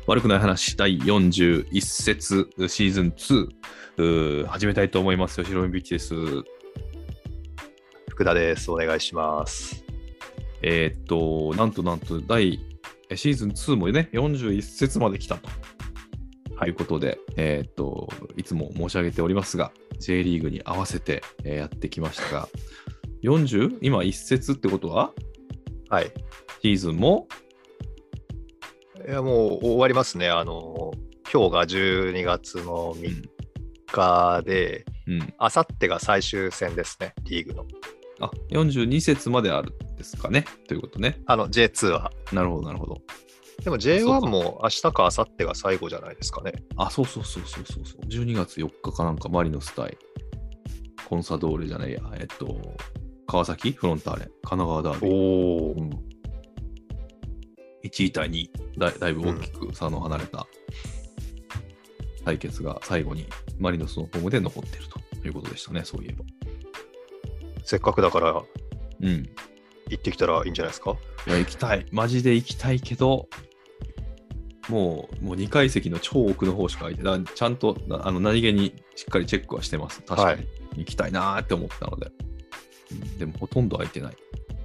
悪くない話第41節シーズン2始めたいと思います。吉野美希です。 福田です。お願いします。 なんとシーズン2もね、41節まで来たということで、いつも申し上げておりますが、J リーグに合わせて、やってきましたが、今1節ってことは、 はい。 シーズンもいや、もう終わりますね。今日が12月の3日で、あさってが最終戦ですね、リーグの。 42節まであるんですかね、ということね。 J2 は。 なるほど、なるほど。 でも J1 も明日か明後日が最後じゃないですかね。 そう。12月4日かなんかマリノス対コンサドーレじゃないや、川崎フロンターレ、神奈川ダービー。1位対2位、だいぶ大きく差の離れた対決が最後にマリノスのホームで残っているということでしたね、そういえば。 せっかくだから、行ってきたらいいんじゃないですか。 いや、行きたい。マジで行きたいけど、もう2階席の超奥の方しか空いて、ちゃんと何気にしっかりチェックはしてます。確かに行きたいなーって思ったので。でもほとんど空いてない。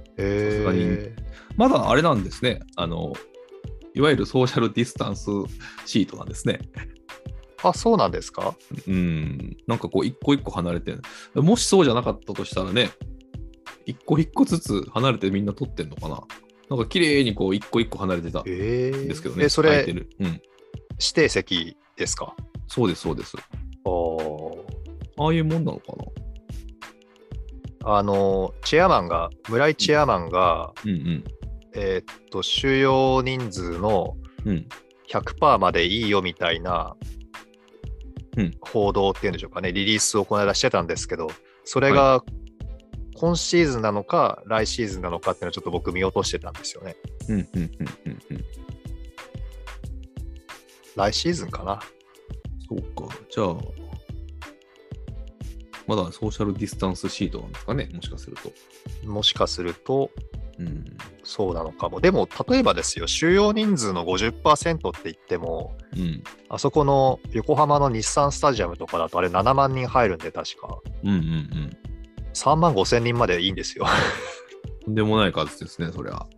まだあれなんですね。いわゆるソーシャルディスタンスシートなんですね。 そうなんですか？ なんかこう一個一個離れてる。もしそうじゃなかったとしたらね、一個ずつ離れてみんな撮ってんのかな。なんか綺麗にこう一個一個離れてたんですけどね。 それ、指定席ですか？ そうです。ああいうもんなのかな。 村井チェアマンが、収容人数の 100% までいいよみたいな報道っていうんでしょうかね、リリースをこの間してたんですけど、それが今シーズンなのか来シーズンなのかっていうのをちょっと僕見落としてたんですよね。来シーズンかな。 そうか。じゃあまだソーシャルディスタンスシートなんですかね、もしかすると。そうなのかも。でも例えばですよ、収容人数の 50% って言っても、あそこの横浜の日産スタジアムとかだとあれ7万人入るんで、確か3万5千人までいいんですよ。 とんでもない数ですね、そりゃ。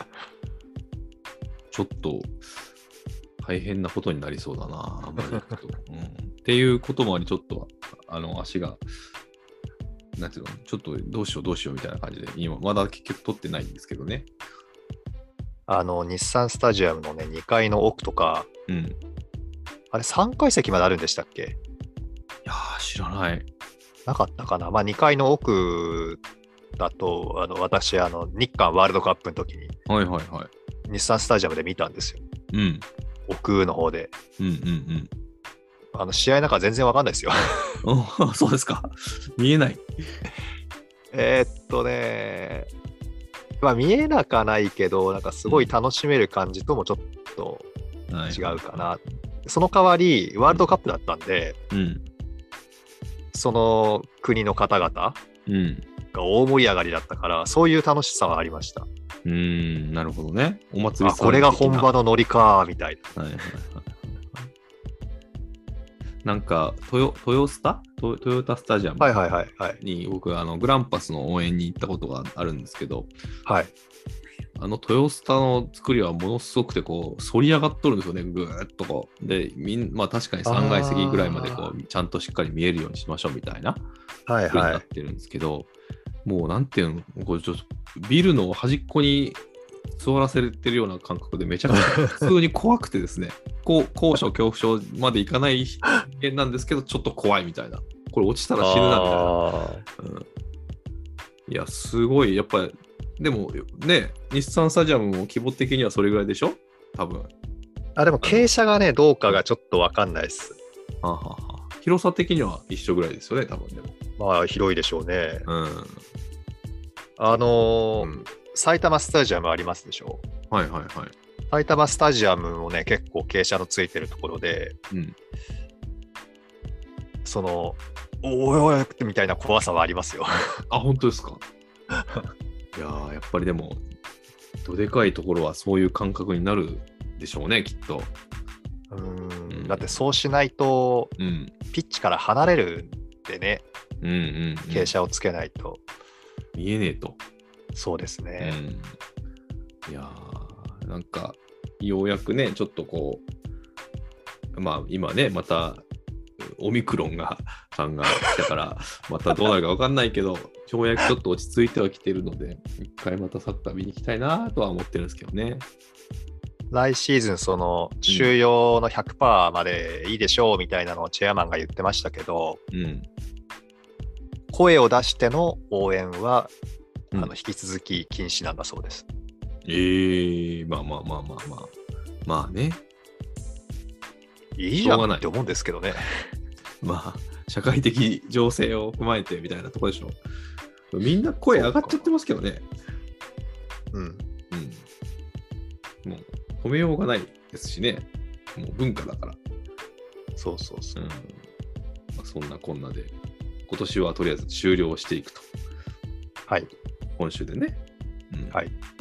ちょっと大変なことになりそうだな、あんまり行くと。っていうこともあり、ちょっと足がなんていうの、ちょっとどうしようみたいな感じで、今まだ結局取ってないんですけどね。 日産スタジアムのね、2階の奥とか、あれ3階席まであるんでしたっけ？ いやー、知らない。 なかったかな。2階の奥だと、私、日韓ワールドカップの時に、日産スタジアムで見たんですよ。奥の方で。試合なんか全然わかんないですよ。 そうですか。見えない。 見えなかないけど、なんかすごい楽しめる感じともちょっと違うかな。その代わり、ワールドカップだったんで、その国の方々が大盛り上がりだったから、そういう楽しさはありました。 なるほどね。お祭りこれが本場のノリかみたいな。 なんかトヨタスタジアムに僕グランパスの応援に行ったことがあるんですけど、トヨスタの作りはものすごくてこう反り上がっとるんですよね、ぐーっとこうで確かに3階席ぐらいまでこうちゃんとしっかり見えるようにしましょうみたいな風になってるんですけど、もうなんていうの、こうちょっとビルの端っこに座らせてるような感覚でめちゃくちゃ普通に怖くてですね、高所恐怖症までいかない人間なんですけど、ちょっと怖いみたいな、これ落ちたら死ぬなみたいな。いや、すごい、やっぱり、でもね、日産スタジアムも規模的にはそれぐらいでしょ多分。 でも傾斜がね、どうかがちょっと分かんないです。 広さ的には一緒ぐらいですよね、多分でも。 広いでしょうね。埼玉スタジアムありますでしょ。埼玉スタジアムもね、結構傾斜のついてるところで、おいおいみたいな怖さはありますよ。 本当ですか。いやー、やっぱりでもどでかいところはそういう感覚になるでしょうね、きっと。 だってそうしないと、ピッチから離れるんでね、傾斜をつけないと。 見えねえと。 そうですね。 いやー、なんか、ようやくね、ちょっとこう、まあ今ね、また、オミクロンさんが来たから、またどうなるか分かんないけど、ようやくちょっと落ち着いてはきてるので、一回またサッカー見に行きたいなとは思ってるんですけどね。 来シーズン、その収容の 100% までいいでしょうみたいなのをチェアマンが言ってましたけど、声を出しての応援は、引き続き禁止なんだそうです。 まあね。 いいじゃんって思うんですけどね。 まあ、社会的情勢を踏まえてみたいなところでしょ。みんな声上がっちゃってますけどね。もう止めようがないですしね。もう文化だから。 そう。 そんなこんなで、今年はとりあえず終了していくと。 はい。 今週でね。 はい。